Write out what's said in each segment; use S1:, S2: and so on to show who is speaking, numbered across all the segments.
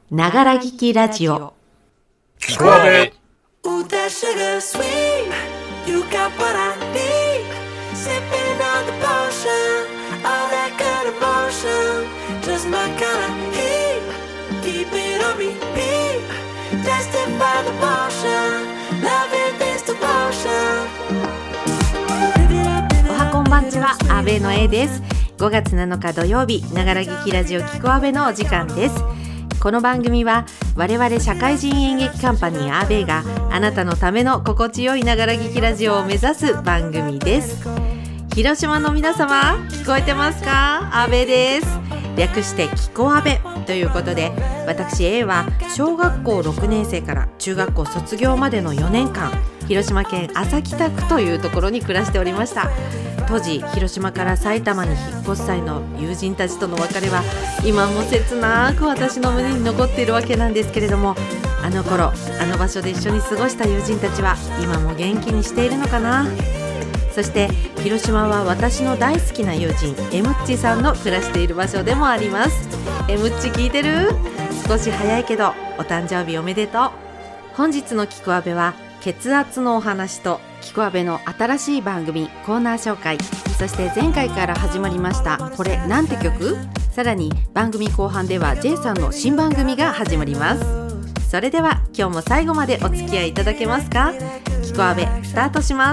S1: ながら聞きラジオ。
S2: 聞こえ
S1: おはこんばんちは、阿部のAです。5月7日土曜日、ながら聞きラジオ聞こ阿部のお時間です。この番組は我々社会人演劇カンパニーアーベイがあなたのための心地よいながら聞きラジオを目指す番組です。広島の皆様、聞こえてますか？アーベイです。略して聞こ阿部ということで、私 A は小学校6年生から中学校卒業までの4年間、広島県安佐北区というところに暮らしておりました。当時広島から埼玉に引っ越す際の友人たちとの別れは今も切なく私の胸に残っているわけなんですけれども、あの頃あの場所で一緒に過ごした友人たちは今も元気にしているのかな。そして広島は私の大好きな友人エムッチさんの暮らしている場所でもあります。エムッチ聞いてる？少し早いけどお誕生日おめでとう。本日の聞く阿部は血圧のお話と聞く阿部の新しい番組コーナー紹介、そして前回から始まりましたこれなんて曲、さらに番組後半では J さんの新番組が始まります。それでは今日も最後までお付き合いいただけますか？聞く阿部スタートします。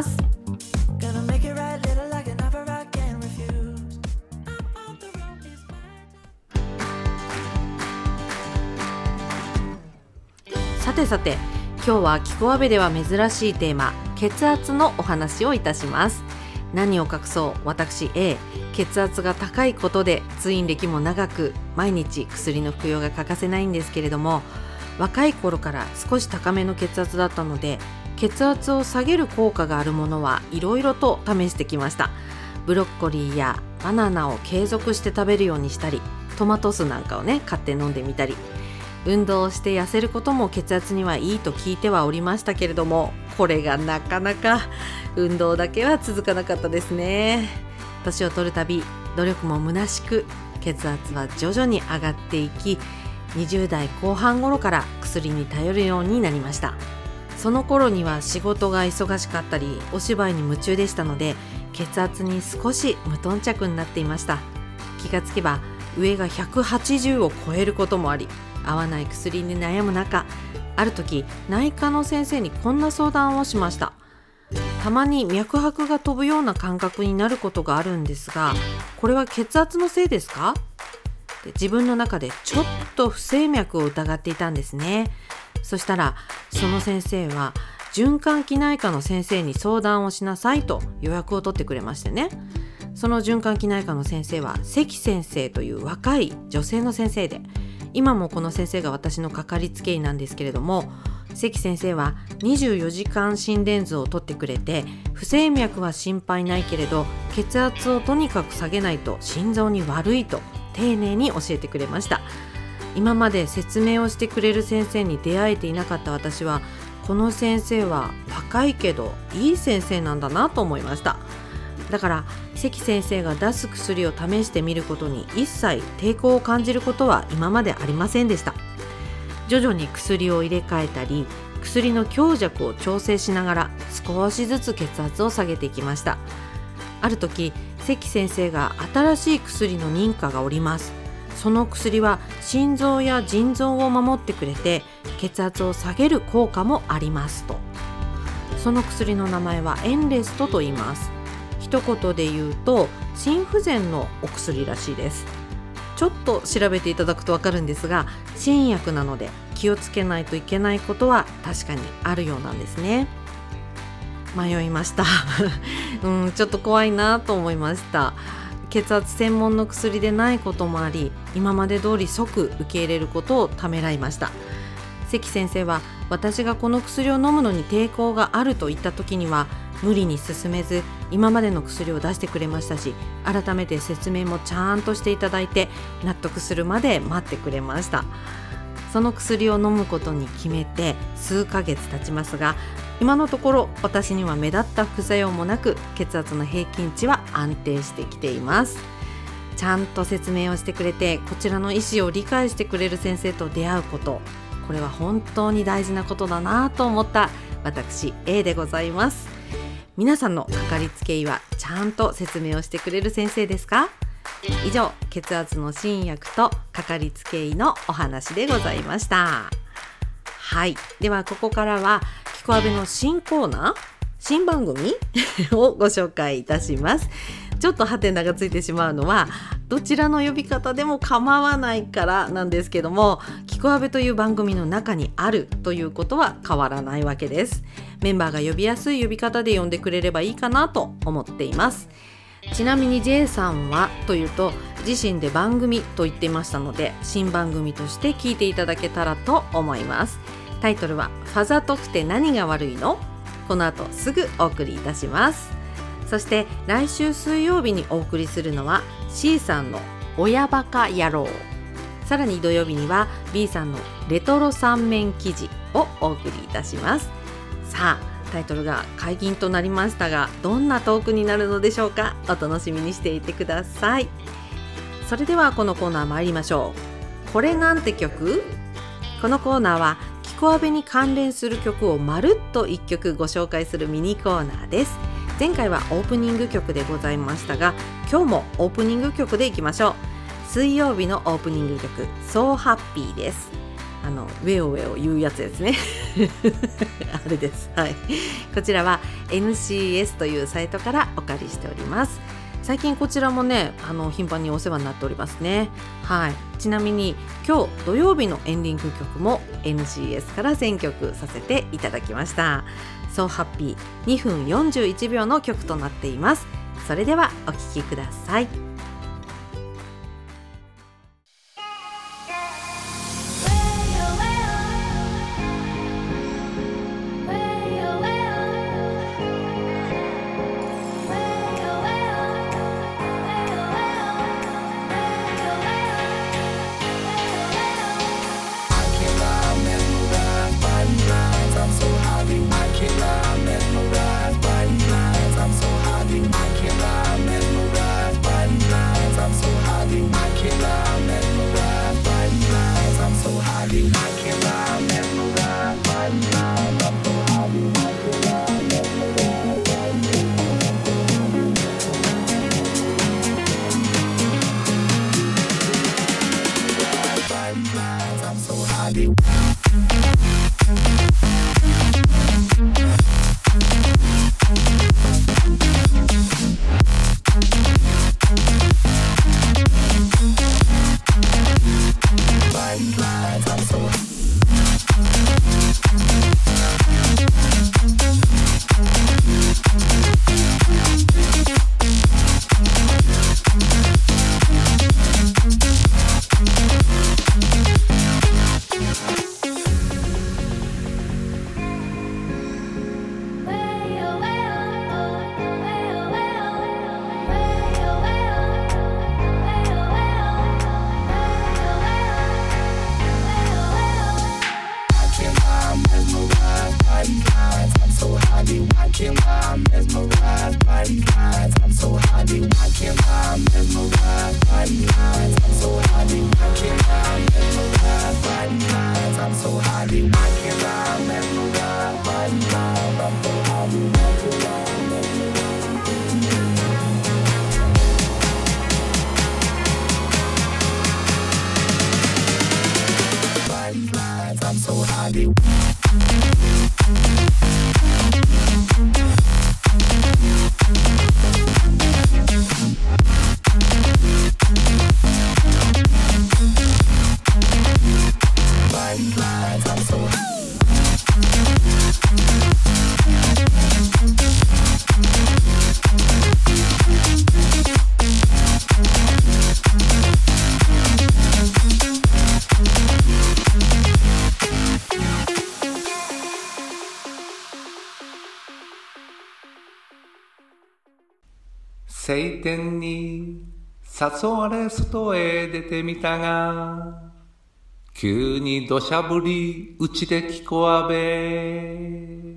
S1: さて今日は聞く阿部では珍しいテーマ、血圧のお話をいたします。何を隠そう、私 A、血圧が高いことで通院歴も長く、毎日薬の服用が欠かせないんですけれども、若い頃から少し高めの血圧だったので、血圧を下げる効果があるものはいろいろと試してきました。ブロッコリーやバナナを継続して食べるようにしたり、トマト酢なんかを買って飲んでみたり、運動をして痩せることも血圧にはいいと聞いてはおりましたけれども、これがなかなか運動だけは続かなかったですね。年を取るたび努力も虚しく、血圧は徐々に上がっていき、20代後半頃から薬に頼るようになりました。その頃には仕事が忙しかったりお芝居に夢中でしたので、血圧に少し無頓着になっていました。気がつけば上が180を超えることもあり、合わない薬に悩む中、ある時内科の先生にこんな相談をしました。たまに脈拍が飛ぶような感覚になることがあるんですが、これは血圧のせいですか？で、自分の中でちょっと不整脈を疑っていたんですね。そしたらその先生は循環器内科の先生に相談をしなさいと予約を取ってくれましてね。その循環器内科の先生は関先生という若い女性の先生で、今もこの先生が私のかかりつけ医なんですけれども、関先生は24時間心電図を取ってくれて、不整脈は心配ないけれど血圧をとにかく下げないと心臓に悪いと丁寧に教えてくれました。今まで説明をしてくれる先生に出会えていなかった私は、この先生は若いけどいい先生なんだなと思いました。だから関先生が出す薬を試してみることに一切抵抗を感じることは今までありませんでした。徐々に薬を入れ替えたり、薬の強弱を調整しながら少しずつ血圧を下げていきました。ある時関先生が新しい薬の認可がおります。その薬は心臓や腎臓を守ってくれて血圧を下げる効果もありますと。その薬の名前はエンレストと言います。一言で言うと心不全のお薬らしいです。ちょっと調べていただくとわかるんですが、新薬なので気をつけないといけないことは確かにあるようなんですね。迷いましたちょっと怖いなと思いました。血圧専門の薬でないこともあり、今まで通り即受け入れることをためらいました。関先生は私がこの薬を飲むのに抵抗があると言った時には無理に進めず、今までの薬を出してくれましたし、改めて説明もちゃんとしていただいて、納得するまで待ってくれました。その薬を飲むことに決めて数ヶ月経ちますが、今のところ私には目立った副作用もなく、血圧の平均値は安定してきています。 ちゃんと説明をしてくれて、こちらの意思を理解してくれる先生と出会うこと、これは本当に大事なことだなと思った私 A でございます。皆さんのかかりつけ医はちゃんと説明をしてくれる先生ですか？以上、血圧の新薬とかかりつけ医のお話でございました。はい、ではここからはきこあべの新コーナー、新番組をご紹介いたします。ちょっとハテナがついてしまうのはどちらの呼び方でも構わないからなんですけども、きこあべという番組の中にあるということは変わらないわけです。メンバーが呼びやすい呼び方で呼んでくれればいいかなと思っています。ちなみに J さんはというと自身で番組と言っていましたので、新番組として聞いていただけたらと思います。タイトルはファザトクって何が悪いの？この後すぐお送りいたします。そして来週水曜日にお送りするのは C さんの親バカ野郎、さらに土曜日には B さんのレトロ三面記事をお送りいたします。さあ、タイトルが解禁となりましたが、どんなトークになるのでしょうか。お楽しみにしていてください。それではこのコーナー参りましょう。これなんて曲？このコーナーはきこあべに関連する曲をまるっと1曲ご紹介するミニコーナーです。前回はオープニング曲でございましたが、今日もオープニング曲でいきましょう。水曜日のオープニング曲 So Happy です。ウェオウェオ言うやつですねあれです、はい、こちらは NCS というサイトからお借りしております。最近こちらもね、頻繁にお世話になっておりますね。はい、ちなみに今日土曜日のエンディング曲も NCS から選曲させていただきました。 So Happy 2分41秒の曲となっています。それではお聴きください。
S2: 晴天に誘われ外へ出てみたが、急に土砂降りうちできこあべ。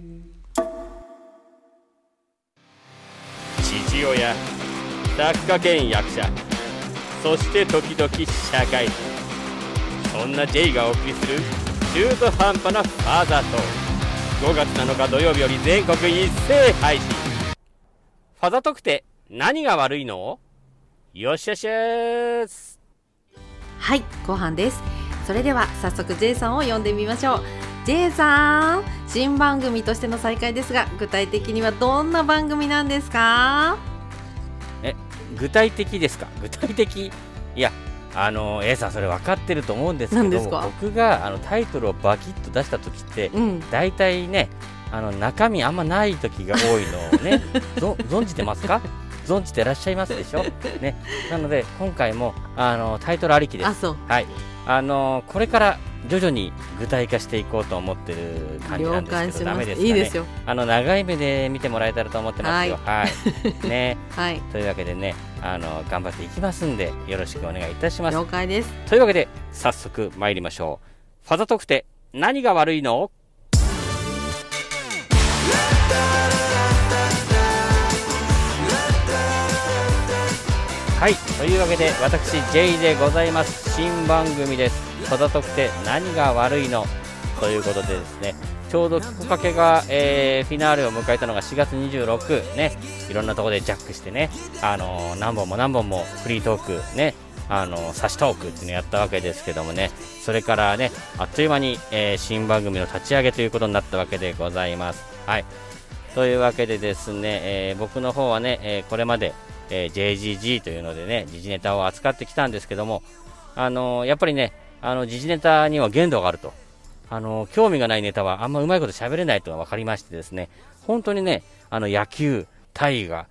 S3: 父親、作家兼役者、 そして時々社会人。そんな J がお送りする中途半端なファーザートーク、5月7日土曜日より全国一斉配信。ファザトークって何が悪いの？よっしゃしゃーす。
S1: はい、後半です。それでは早速 J さんを呼んでみましょう。 J さん、新番組としての再開ですが、具体的にはどんな番組なんですか？
S3: 具体的ですか？具体的、いやA さんそれ分かってると思うんですけど、僕がタイトルをバキッと出した時って、だいたいね中身あんまない時が多いのをね存じてますか？存じてらっしゃいますでしょ、ね、なので今回もタイトルありきです。はい、これから徐々に具体化していこうと思ってる感じなんですけど、ダメですかね。いいですよ。長い目で見てもらえたらと思ってますよ。はい、ね、はい、というわけでね頑張っていきますんでよろしくお願いいたします。
S1: 了解です。
S3: というわけで早速参りましょう。ファザトークって何が悪いの？はい、というわけで私 J でございます。新番組です。ファザトークって何が悪いのということでですね、ちょうどきっかけが、フィナーレを迎えたのが4月26ね、いろんなところでジャックしてね、何本もフリートークね、サシトークっていうのをやったわけですけどもね、それからねあっという間に、新番組の立ち上げということになったわけでございます。はい、というわけでですね、僕の方はね、これまでJGG というのでね時事ネタを扱ってきたんですけども、やっぱりね時事ネタには限度があると、興味がないネタはあんまうまいこと喋れないと分かりましてですね、本当にね野球大河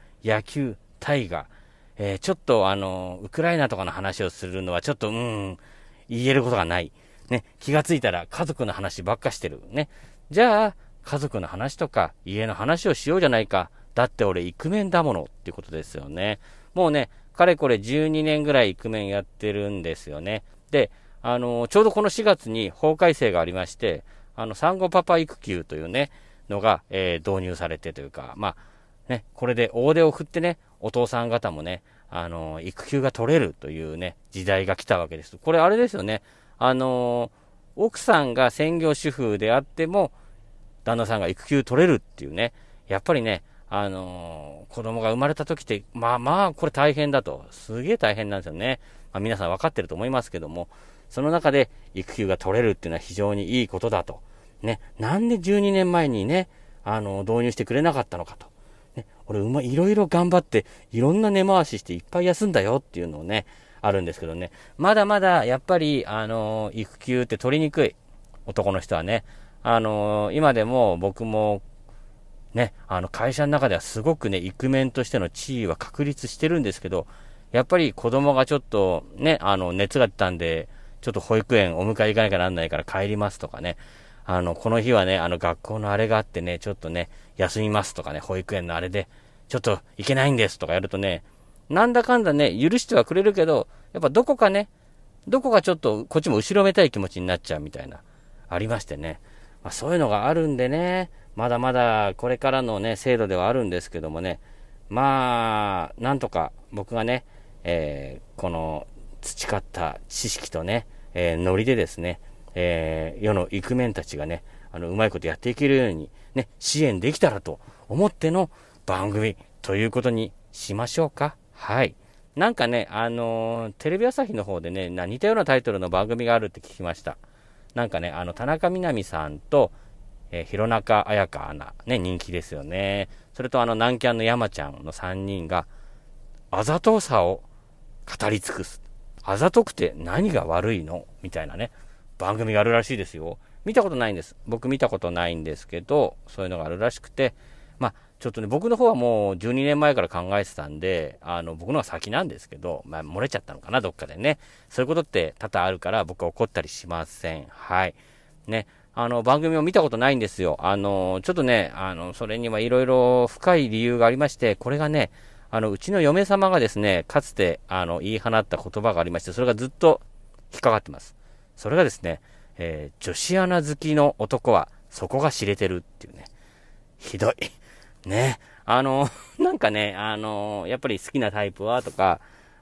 S3: ちょっとウクライナとかの話をするのはちょっと言えることがないね。気がついたら家族の話ばっかしてるね。じゃあ家族の話とか家の話をしようじゃないか。だって俺イクメンだものっていうことですよね。もうねかれこれ12年ぐらいイクメンやってるんですよね。でちょうどこの4月に法改正がありまして、産後パパ育休というねのが、導入されてというか、まあね、これで大手を振ってねお父さん方もね育休が取れるというね時代が来たわけです。これあれですよね、奥さんが専業主婦であっても旦那さんが育休取れるっていうね、やっぱりね子供が生まれた時ってまあこれ大変だと、すげえ大変なんですよね。皆さん分かってると思いますけども、その中で育休が取れるっていうのは非常にいいことだとね。なんで12年前にね導入してくれなかったのかとね。俺いろいろ頑張っていろんな根回ししていっぱい休んだよっていうのをねあるんですけどね、まだまだやっぱり育休って取りにくい、男の人はね。今でも僕もね、会社の中ではすごくねイクメンとしての地位は確立してるんですけど、やっぱり子供がちょっとね熱が出たんでちょっと保育園お迎え行かなきゃなんないから帰りますとかね、この日はね学校のあれがあってねちょっとね休みますとかね、保育園のあれでちょっと行けないんですとかやるとね、なんだかんだね許してはくれるけど、やっぱどこかちょっとこっちも後ろめたい気持ちになっちゃうみたいなありましてね、そういうのがあるんでね、まだまだこれからのね制度ではあるんですけどもね、なんとか僕がね、この培った知識とね、ノリでですね、世のイクメンたちがねうまいことやっていけるようにね支援できたらと思っての番組ということにしましょうか。はい、なんかねテレビ朝日の方でね似たようなタイトルの番組があるって聞きました。なんかね田中みな実さんと弘中綾香アナね、人気ですよね。それと南キャンの山ちゃんの3人があざとさを語り尽くす、あざとくて何が悪いのみたいなね番組があるらしいですよ。見たことないんです。僕見たことないんですけど、そういうのがあるらしくて、ちょっとね僕の方はもう12年前から考えてたんで僕のは先なんですけど、漏れちゃったのかなどっかでね。そういうことって多々あるから僕は怒ったりしません。はいね、番組を見たことないんですよ。ちょっとねそれにはいろいろ深い理由がありまして、これがねうちの嫁様がですねかつて言い放った言葉がありまして、それがずっと引っかかってます。それがですね、女子アナ好きの男はそこが知れてるっていうね、ひどいね。なんかねやっぱり好きなタイプはとか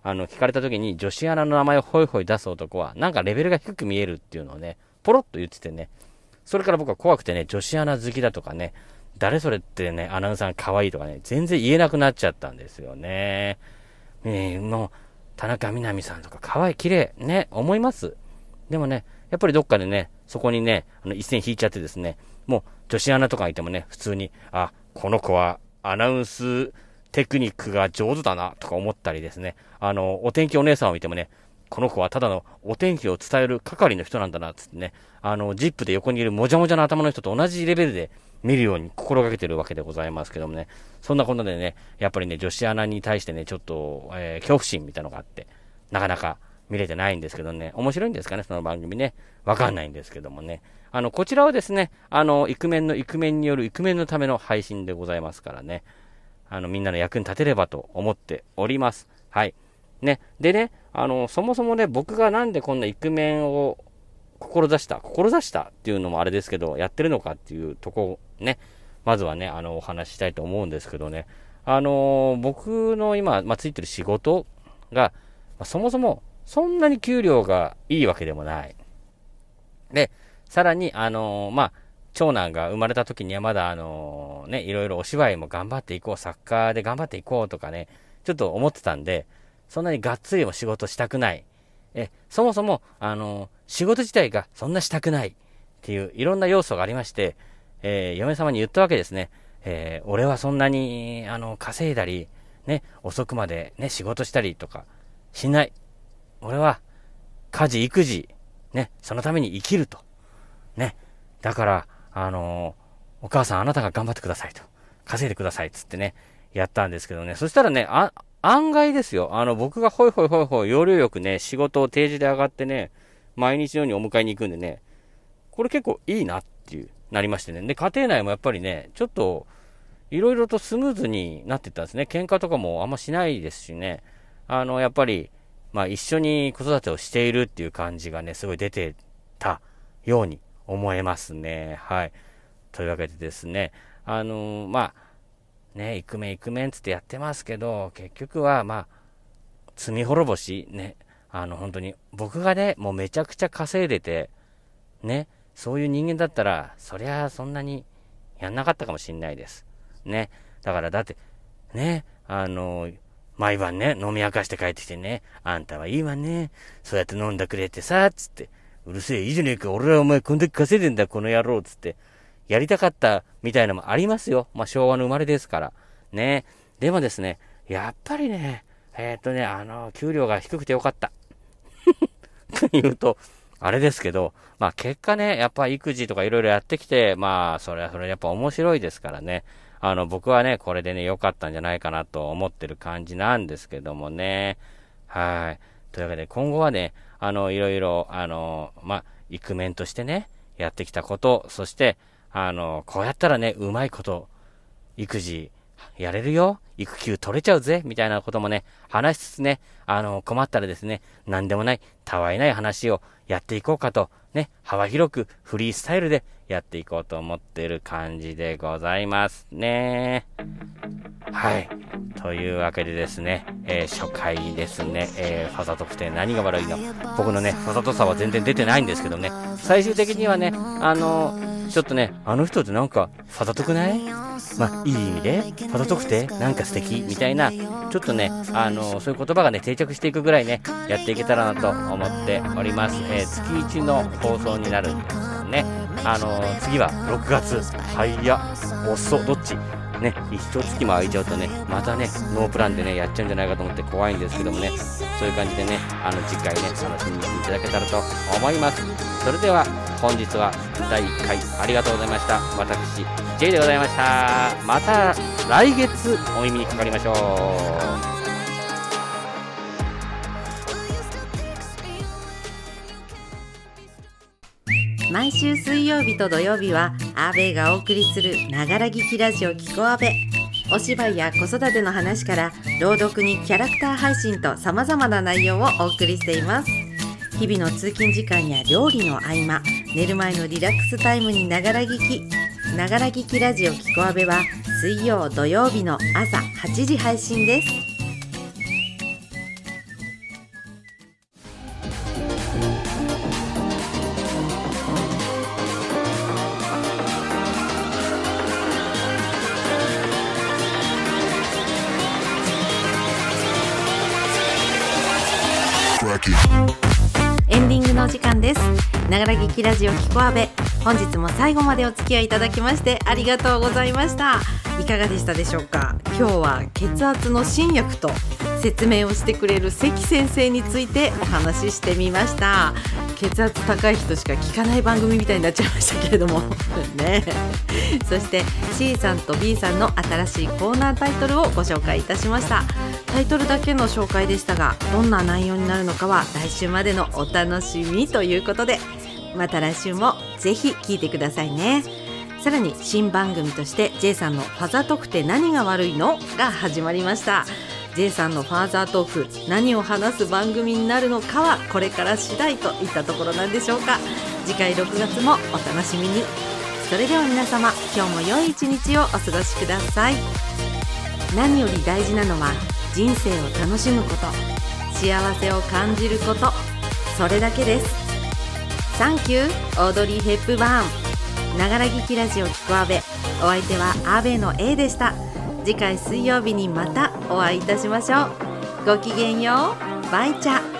S3: 聞かれた時に女子アナの名前をホイホイ出す男はなんかレベルが低く見えるっていうのをねポロッと言っててね、それから僕は怖くてね、女子アナ好きだとかね、誰それってね、アナウンサー可愛いとかね、全然言えなくなっちゃったんですよね。もう田中みな実さんとか可愛い綺麗ね思います。でもね、やっぱりどっかでね、そこにね一線引いちゃってですね、もう女子アナとかいてもね、普通にこの子はアナウンステクニックが上手だなとか思ったりですね、お天気お姉さんを見てもね、この子はただのお天気を伝える係の人なんだなっつってね、ジップで横にいるもじゃもじゃな頭の人と同じレベルで見るように心がけてるわけでございますけどもね、そんなことでね、やっぱりね、女子アナに対してね、ちょっと、恐怖心みたいなのがあって、なかなか見れてないんですけどね、面白いんですかね、その番組ね、わかんないんですけどもね、こちらはですね、イクメンによるイクメンのための配信でございますからね、みんなの役に立てればと思っております。はい。ね。でね、そもそもね、僕がなんでこんなイクメンを志したっていうのもあれですけど、やってるのかっていうとこね、まずはね、お話ししたいと思うんですけどね、僕の今、ついてる仕事が、そもそもそんなに給料がいいわけでもない。で、さらに、長男が生まれた時にはまだいろいろお芝居も頑張っていこう、サッカーで頑張っていこうとかね、ちょっと思ってたんで、そんなにがっつりも仕事したくない。そもそも、仕事自体がそんなしたくないっていういろんな要素がありまして、嫁様に言ったわけですね。俺はそんなに、稼いだり、ね、遅くまでね、仕事したりとかしない。俺は、家事、育児、ね、そのために生きると。ね。だから、お母さんあなたが頑張ってくださいと。稼いでくださいっつってね、やったんですけどね。そしたらね、案外ですよ。僕がほいほい要領よくね、仕事を定時で上がってね、毎日のようにお迎えに行くんでね、これ結構いいなっていう、なりましてね。で、家庭内もやっぱりね、ちょっと、いろいろとスムーズになっていったんですね。喧嘩とかもあんましないですしね。やっぱり、一緒に子育てをしているっていう感じがね、すごい出てたように思えますね。はい。というわけでですね、ね、イクメンつってやってますけど、結局は、罪滅ぼし、ね、本当に、僕がね、もうめちゃくちゃ稼いでて、ね、そういう人間だったら、そりゃそんなにやんなかったかもしんないです。ね。だからだって、ね、毎晩ね、飲み明かして帰ってきてね、あんたはいいわね、そうやって飲んだくれてさ、つって、うるせえ、いいじゃねえか、俺はお前こんだけ稼いでんだ、この野郎、つって、やりたかったみたいなのもありますよ。昭和の生まれですから。ね。でもですね、やっぱりね、給料が低くてよかった。と言うと、あれですけど、結果ね、やっぱ育児とかいろいろやってきて、それはそれやっぱ面白いですからね。僕はね、これでね、良かったんじゃないかなと思ってる感じなんですけどもね。はい。というわけで、今後はね、いろいろ、イクメンとしてね、やってきたこと、そして、こうやったらね、うまいこと、育児、やれるよ、育休取れちゃうぜ、みたいなこともね、話しつつね、困ったらですね、なんでもない、たわいない話をやっていこうかと、ね、幅広くフリースタイルでやっていこうと思っている感じでございますね。はい。というわけでですね、初回ですね、ファザトクって何が悪いの？僕のね、ファザトさは全然出てないんですけどね、最終的にはね、ちょっとね、あの人ってなんか、ファザトくない？いい意味で、ファザトクってなんか素敵みたいな、ちょっとね、そういう言葉がね、定着していくぐらいね、やっていけたらなと思っております。月1の放送になるんですけどね、次は6月、どっちね、一月も空いちゃうとね、またね、ノープランでね、やっちゃうんじゃないかと思って怖いんですけどもね、そういう感じでね、次回ね、楽しみにしていただけたらと思います。それでは、本日は第1回ありがとうございました。私、J でございました。また来月お耳にかかりましょう。
S1: 毎週水曜日と土曜日は阿部がお送りするながら聞きラジオキコアベ。お芝居や子育ての話から朗読にキャラクター配信と様々な内容をお送りしています。日々の通勤時間や料理の合間、寝る前のリラックスタイムにながら聞きラジオキコアベは水曜土曜日の朝8時配信です。 劇きラジオキコアベ、本日も最後までお付き合いいただきましてありがとうございました。いかがでしたでしょうか。今日は血圧の新薬と説明をしてくれる関先生についてお話ししてみました。血圧高い人しか聞かない番組みたいになっちゃいましたけれどもね。そして C さんと B さんの新しいコーナータイトルをご紹介いたしました。タイトルだけの紹介でしたが、どんな内容になるのかは来週までのお楽しみということで、また来週もぜひ聞いてくださいね。さらに新番組として J さんのファザトークって何が悪いのが始まりました。 J さんのファーザートーク、何を話す番組になるのかはこれから次第といったところなんでしょうか。次回6月もお楽しみに。それでは皆様、今日も良い一日をお過ごしください。何より大事なのは人生を楽しむこと、幸せを感じること、それだけです。サンキューオードリー・ヘップバーン。ながら劇ラジオキコアベ、お相手はアベの A でした。次回水曜日にまたお会いいたしましょう。ごきげんよう。バイチャ。